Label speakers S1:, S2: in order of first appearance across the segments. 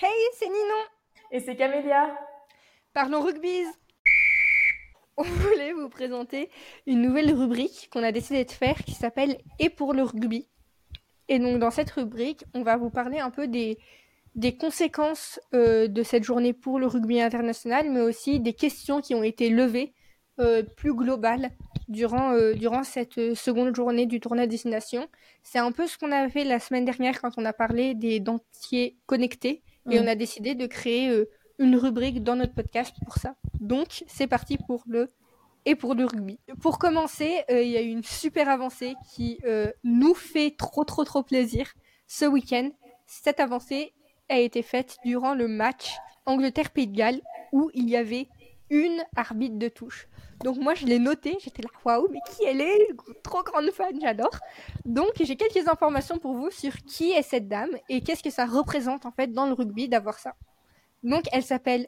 S1: Hey, c'est Ninon.
S2: Et c'est Camélia.
S1: Parlons rugby. On voulait vous présenter une nouvelle rubrique qu'on a décidé de faire qui s'appelle Et pour le rugby. Et donc dans cette rubrique, on va vous parler un peu des conséquences de cette journée pour le rugby international, mais aussi des questions qui ont été levées plus globales durant cette seconde journée du tournoi destination. C'est un peu ce qu'on avait fait la semaine dernière quand on a parlé des dentiers connectés et on a décidé de créer une rubrique dans notre podcast pour ça. Donc c'est parti pour le et pour le rugby. Pour commencer, il y a eu une super avancée qui nous fait trop plaisir ce week-end. Cette avancée a été faite durant le match Angleterre-Pays de Galles où il y avait une arbitre de touche. Donc moi je l'ai noté, j'étais là waouh, mais qui elle est? Trop grande fan, j'adore. Donc j'ai quelques informations pour vous sur qui est cette dame et qu'est-ce que ça représente en fait dans le rugby d'avoir ça. Donc elle s'appelle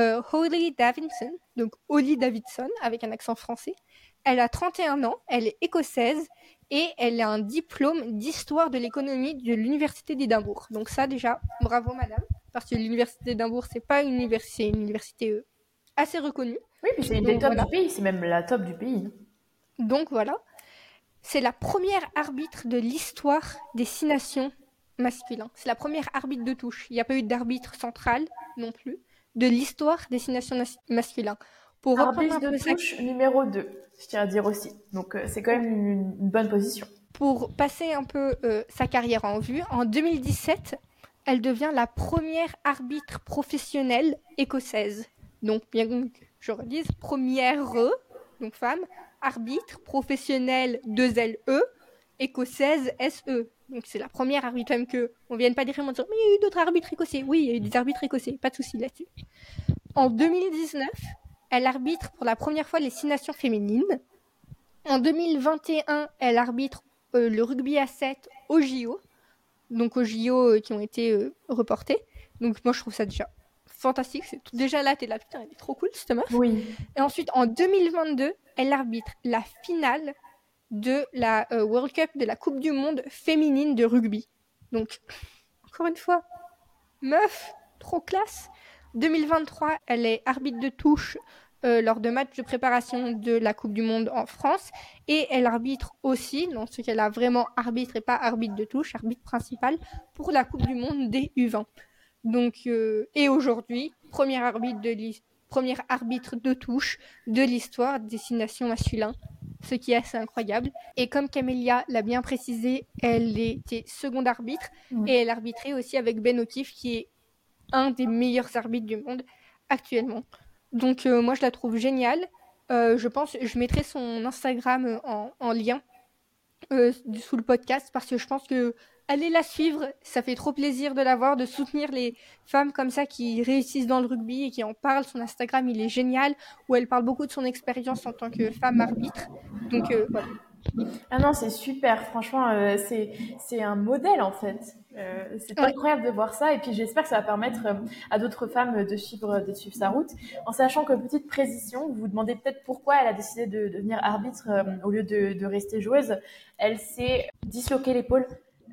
S1: Holly Davidson, donc Holly Davidson avec un accent français. Elle a 31 ans, elle est écossaise et elle a un diplôme d'histoire de l'économie de l'université d'Édimbourg. Donc ça déjà, bravo madame, parce que l'université d'Édimbourg c'est pas une université, c'est une université assez reconnue.
S2: Oui, puis c'est une des
S1: Donc
S2: tops
S1: voilà.
S2: du pays, c'est même la top du pays.
S1: Donc voilà, c'est la première arbitre de l'histoire des 6 nations masculins. C'est la première arbitre de touche. Il n'y a pas eu d'arbitre central non plus de l'histoire des 6 nations masculins. Pour reprendre un
S2: Arbitre de
S1: peu ça,
S2: touche numéro 2, je tiens à dire aussi. Donc c'est quand même une bonne position.
S1: pour passer un peu sa carrière en vue, en 2017, elle devient la première arbitre professionnelle écossaise. Donc, bien que je redise, première, donc femme, arbitre professionnelle 2LE, écossaise SE. Donc, c'est la première arbitre, même que on vienne pas directement dire, mais il y a eu d'autres arbitres écossais. Oui, il y a eu des arbitres écossais, pas de souci là-dessus. En 2019, elle arbitre pour la première fois les 6 nations féminines. En 2021, elle arbitre le rugby à 7 au JO, donc aux JO qui ont été reportés. Donc moi je trouve ça déjà fantastique. Déjà là, t'es là, putain, elle est trop cool cette meuf.
S2: Oui.
S1: Et ensuite, en 2022, elle arbitre la finale de la World Cup, de la Coupe du Monde féminine de rugby. Donc, encore une fois, meuf, trop classe. 2023, elle est arbitre de touche lors de matchs de préparation de la Coupe du Monde en France et elle arbitre aussi, dans ce qu'elle a vraiment arbitre et pas arbitre de touche, arbitre principal pour la Coupe du Monde des U20. Donc, et aujourd'hui, premier arbitre de touche de l'histoire des 6 nations masculins, ce qui est assez incroyable. Et comme Camélia l'a bien précisé, elle était seconde arbitre et elle arbitrait aussi avec Ben O'Keefe qui est un des meilleurs arbitres du monde actuellement. Donc moi je la trouve géniale. Je pense, je mettrai son Instagram en lien sous le podcast parce que je pense que allez la suivre, ça fait trop plaisir de la voir, de soutenir les femmes comme ça qui réussissent dans le rugby et qui en parlent. Son Instagram il est génial où elle parle beaucoup de son expérience en tant que femme arbitre. Donc voilà.
S2: Ah non, c'est super. Franchement, c'est un modèle en fait. C'est
S1: Ouais.
S2: incroyable de voir ça. Et puis j'espère que ça va permettre à d'autres femmes de suivre sa route. En sachant que, petite précision, vous vous demandez peut-être pourquoi elle a décidé de devenir arbitre au lieu de rester joueuse. Elle s'est disloqué l'épaule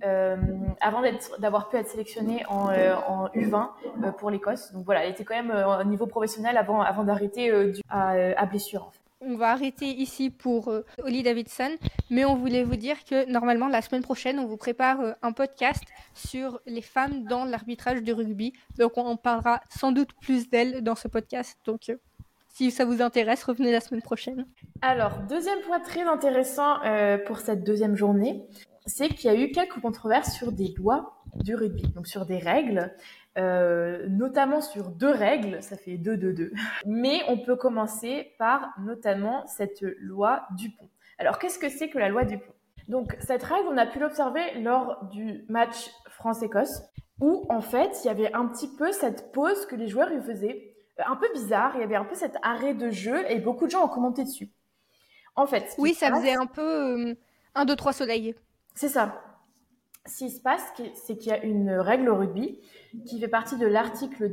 S2: avant d'avoir pu être sélectionnée en U20 pour l'Écosse. Donc voilà, elle était quand même au niveau professionnel avant d'arrêter à blessure en fait.
S1: On va arrêter ici pour Holly Davidson, mais on voulait vous dire que normalement la semaine prochaine, on vous prépare un podcast sur les femmes dans l'arbitrage de rugby. Donc on parlera sans doute plus d'elles dans ce podcast. Donc si ça vous intéresse, revenez la semaine prochaine.
S2: Alors, deuxième point très intéressant pour cette deuxième journée, c'est qu'il y a eu quelques controverses sur des lois du rugby, donc sur des règles, notamment sur deux règles, ça fait 2-2-2. Mais on peut commencer par notamment cette loi Dupont. Alors, qu'est-ce que c'est que la loi Dupont? Donc, cette règle, on a pu l'observer lors du match France-Écosse, où en fait, il y avait un petit peu cette pause que les joueurs y faisaient, un peu bizarre, il y avait un peu cet arrêt de jeu et beaucoup de gens ont commenté dessus. En fait, ce qui
S1: Oui,
S2: se
S1: ça faisait
S2: passe,
S1: un peu 1, 2, 3 soleil.
S2: c'est ça. Ce qui se passe, c'est qu'il y a une règle au rugby qui fait partie de l'article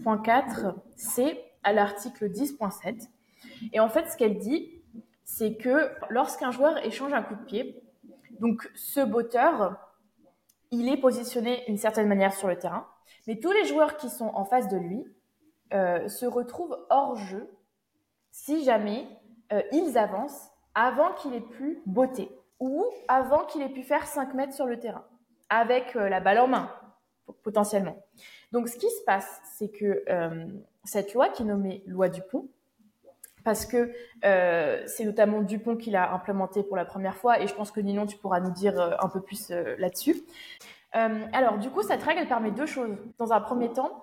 S2: 10.4C à l'article 10.7. Et en fait, ce qu'elle dit, c'est que lorsqu'un joueur échange un coup de pied, donc ce botteur, il est positionné d'une certaine manière sur le terrain. Mais tous les joueurs qui sont en face de lui se retrouvent hors jeu si jamais ils avancent avant qu'il ait pu botter ou avant qu'il ait pu faire 5 mètres sur le terrain avec la balle en main, potentiellement. Donc, ce qui se passe, c'est que cette loi qui est nommée loi Dupont, parce que c'est notamment Dupont qui l'a implémentée pour la première fois, et je pense que Ninon, tu pourras nous dire un peu plus là-dessus. Alors, du coup, cette règle, elle permet deux choses. Dans un premier temps,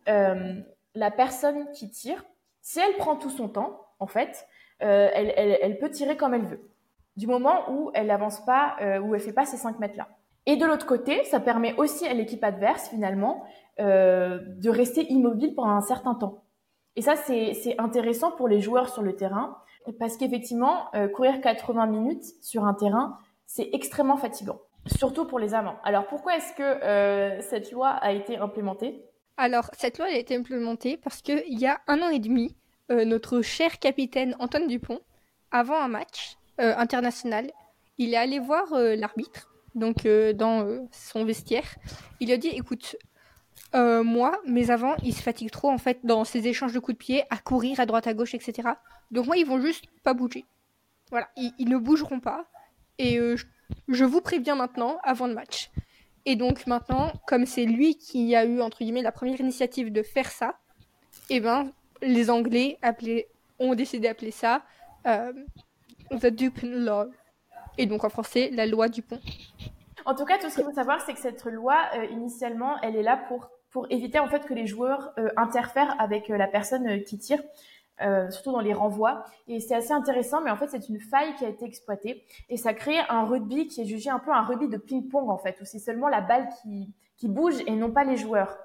S2: la personne qui tire, si elle prend tout son temps, en fait, elle peut tirer comme elle veut, du moment où elle n'avance pas, où elle fait pas ces 5 mètres-là. Et de l'autre côté, ça permet aussi à l'équipe adverse, finalement, de rester immobile pendant un certain temps. Et ça, c'est intéressant pour les joueurs sur le terrain, parce qu'effectivement, courir 80 minutes sur un terrain, c'est extrêmement fatigant, surtout pour les amants. Alors, pourquoi est-ce que cette loi a été implémentée ?
S1: Alors, cette loi elle a été implémentée parce qu'il y a 1 an et demi, notre cher capitaine Antoine Dupont, avant un match international, il est allé voir l'arbitre, donc dans son vestiaire. Il a dit, écoute, moi, mes avants, ils se fatiguent trop en fait dans ces échanges de coups de pied, à courir à droite à gauche, etc. Donc moi, ils vont juste pas bouger. Voilà, ils ne bougeront pas. Et je vous préviens maintenant, avant le match. Et donc maintenant, comme c'est lui qui a eu, entre guillemets, la première initiative de faire ça, eh ben, les Anglais ont décidé d'appeler ça The Dupont Law. Et donc en français, la loi Dupont.
S2: En tout cas, tout ce qu'il faut savoir, c'est que cette loi, initialement, elle est là pour éviter en fait que les joueurs interfèrent avec la personne qui tire. Surtout dans les renvois. Et c'est assez intéressant, mais en fait, c'est une faille qui a été exploitée. Et ça crée un rugby qui est jugé un peu un rugby de ping-pong, en fait, où c'est seulement la balle qui bouge et non pas les joueurs.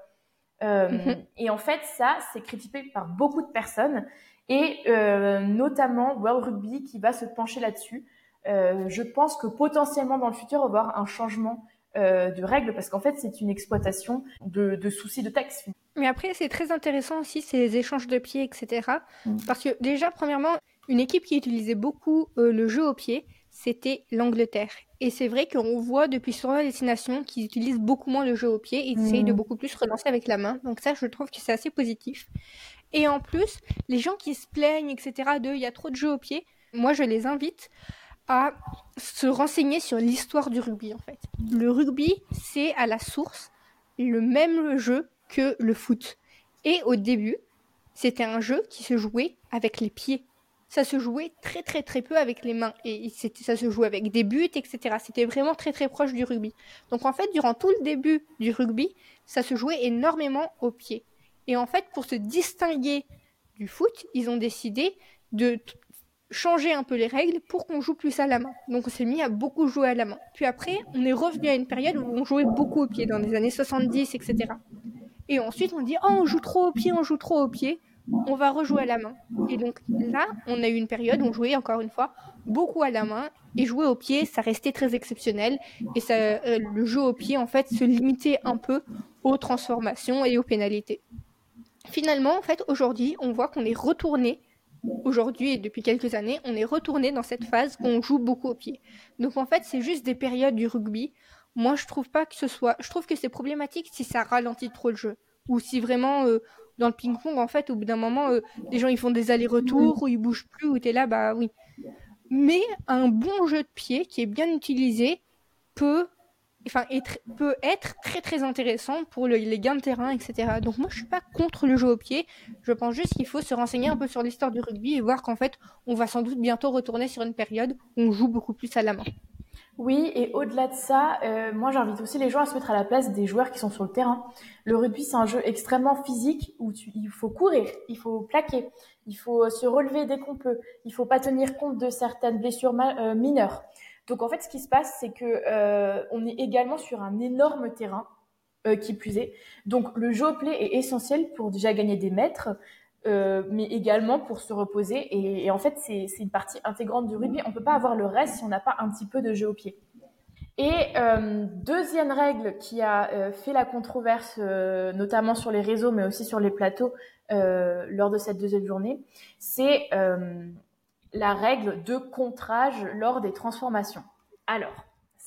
S2: Et en fait, ça, c'est critiqué par beaucoup de personnes, et notamment World Rugby qui va se pencher là-dessus. Je pense que potentiellement, dans le futur, on va avoir un changement de règles, parce qu'en fait, c'est une exploitation de soucis de texte.
S1: Mais après, c'est très intéressant aussi ces échanges de pieds, etc. Parce que déjà, premièrement, une équipe qui utilisait beaucoup le jeu au pied, c'était l'Angleterre. Et c'est vrai qu'on voit depuis son destination qu'ils utilisent beaucoup moins le jeu au pied et ils essayent de beaucoup plus relancer avec la main. Donc ça, je trouve que c'est assez positif. Et en plus, les gens qui se plaignent, etc., il y a trop de jeux au pied, moi, je les invite à se renseigner sur l'histoire du rugby, en fait. Le rugby, c'est à la source le même jeu que le foot. Et au début, c'était un jeu qui se jouait avec les pieds. Ça se jouait très très très peu avec les mains. Et ça se jouait avec des buts, etc. C'était vraiment très très proche du rugby. Donc en fait, durant tout le début du rugby, ça se jouait énormément aux pieds. Et en fait, pour se distinguer du foot, ils ont décidé de changer un peu les règles pour qu'on joue plus à la main. Donc on s'est mis à beaucoup jouer à la main. Puis après, on est revenu à une période où on jouait beaucoup au pied, dans les années 70, etc. Et ensuite, on dit « Oh, on joue trop au pied, on joue trop au pied, on va rejouer à la main. » Et donc là, on a eu une période où on jouait, encore une fois, beaucoup à la main. Et jouer au pied, ça restait très exceptionnel. Et ça, le jeu au pied, en fait, se limitait un peu aux transformations et aux pénalités. Finalement, en fait, aujourd'hui, on voit qu'on est retourné aujourd'hui et depuis quelques années, on est retourné dans cette phase où on joue beaucoup au pied. Donc en fait, c'est juste des périodes du rugby. Moi, je trouve pas que ce soit. Je trouve que c'est problématique si ça ralentit trop le jeu. Ou si vraiment, dans le ping-pong, en fait, au bout d'un moment, les gens ils font des allers-retours, ou ils bougent plus, ou t'es là, bah oui. Mais un bon jeu de pied qui est bien utilisé peut être très très intéressant pour les gains de terrain, etc. Donc moi je suis pas contre le jeu au pied, je pense juste qu'il faut se renseigner un peu sur l'histoire du rugby et voir qu'en fait on va sans doute bientôt retourner sur une période où on joue beaucoup plus à la main.
S2: Oui, et au-delà de ça, moi j'invite aussi les gens à se mettre à la place des joueurs qui sont sur le terrain. Le rugby, c'est un jeu extrêmement physique où il faut courir, il faut plaquer, il faut se relever dès qu'on peut, il faut pas tenir compte de certaines blessures mineures. Donc en fait, ce qui se passe, c'est que on est également sur un énorme terrain, qui plus est. Donc le jeu au pied est essentiel pour déjà gagner des mètres, mais également pour se reposer. Et en fait, c'est une partie intégrante du rugby. On ne peut pas avoir le reste si on n'a pas un petit peu de jeu au pied. Et deuxième règle qui a fait la controverse, notamment sur les réseaux, mais aussi sur les plateaux, lors de cette deuxième journée, c'est la règle de contrage lors des transformations. Alors,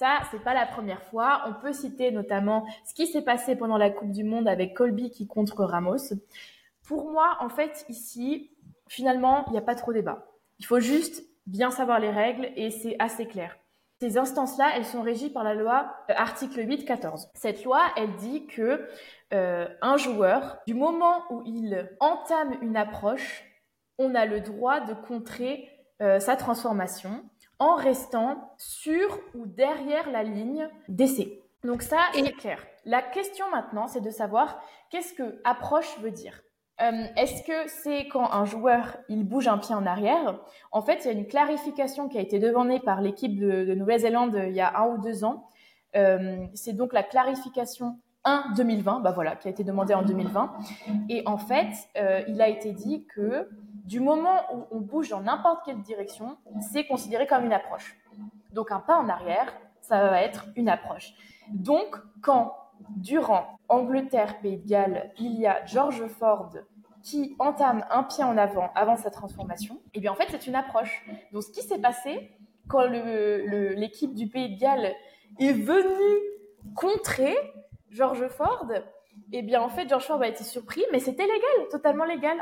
S2: Ça, c'est pas la première fois. On peut citer notamment ce qui s'est passé pendant la Coupe du Monde avec Colby qui contre Ramos. Pour moi, en fait, ici, finalement, il n'y a pas trop débat. Il faut juste bien savoir les règles et c'est assez clair. Ces instances-là, elles sont régies par la loi article 8-14. Cette loi, elle dit que un joueur, du moment où il entame une approche, on a le droit de contrer sa transformation en restant sur ou derrière la ligne d'essai. Donc ça, c'est clair. La question maintenant, c'est de savoir qu'est-ce que approche veut dire. Est-ce que c'est quand un joueur il bouge un pied en arrière? En fait, il y a une clarification qui a été demandée par l'équipe de Nouvelle-Zélande il y a 1 ou 2 ans. C'est donc la clarification 1-2020, qui a été demandée en 2020. Et en fait, il a été dit que du moment où on bouge dans n'importe quelle direction, c'est considéré comme une approche. Donc un pas en arrière, ça va être une approche. Donc quand durant Angleterre-Pays de Galles, il y a George Ford qui entame un pied en avant sa transformation, et bien en fait c'est une approche. Donc ce qui s'est passé quand l'équipe du Pays de Galles est venue contrer George Ford, et bien en fait George Ford a été surpris, mais c'était légal, totalement légal.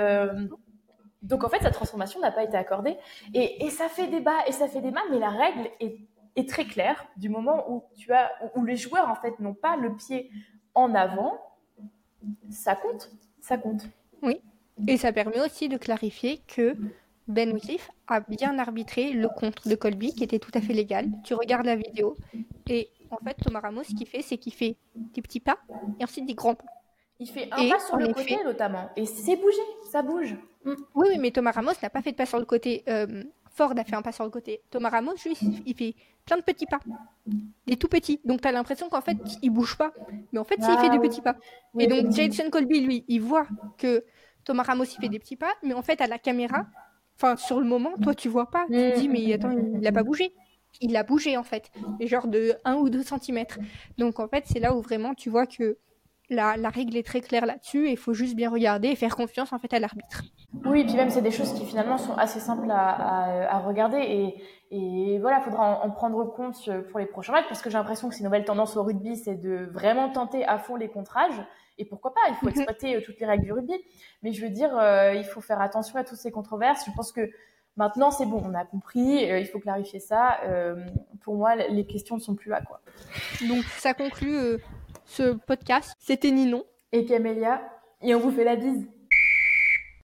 S2: Donc en fait sa transformation n'a pas été accordée, et ça fait débat, mais la règle est très claire. Du moment où les joueurs en fait n'ont pas le pied en avant, ça compte.
S1: Oui, et ça permet aussi de clarifier que Ben Wickliffe a bien arbitré le contre de Colby, qui était tout à fait légal. Tu regardes la vidéo, et en fait, Thomas Ramos, ce qu'il fait, c'est qu'il fait des petits pas, et ensuite des grands pas.
S2: Il fait un pas sur le côté, notamment, et c'est bougé, ça bouge.
S1: Oui, mais Thomas Ramos n'a pas fait de pas sur le côté. Ford a fait un pas sur le côté. Thomas Ramos, lui, il fait plein de petits pas. Des tout petits. Donc, tu as l'impression qu'en fait, il bouge pas. Mais en fait, il fait des petits pas. Oui, et donc, Jason Colby, lui, il voit que Thomas Ramos, il fait des petits pas. Mais en fait, à la caméra, enfin, sur le moment, toi, tu vois pas. Tu te dis, mais attends, il a pas bougé. Il a bougé, en fait. Mais genre de 1 ou 2 centimètres. Donc, en fait, c'est là où vraiment tu vois que la règle est très claire là-dessus. Et il faut juste bien regarder et faire confiance, en fait, à l'arbitre.
S2: Oui, et puis même, c'est des choses qui finalement sont assez simples à regarder. Et voilà, il faudra en prendre compte pour les prochains matchs, parce que j'ai l'impression que c'est une nouvelle tendance au rugby, c'est de vraiment tenter à fond les contrages. Et pourquoi pas, il faut exploiter toutes les règles du rugby. Mais je veux dire, il faut faire attention à toutes ces controverses. Je pense que maintenant, c'est bon, on a compris, il faut clarifier ça. Pour moi, les questions ne sont plus là, quoi.
S1: Donc, ça conclut ce podcast. C'était Ninon.
S2: Et Camélia. Et on vous fait la bise.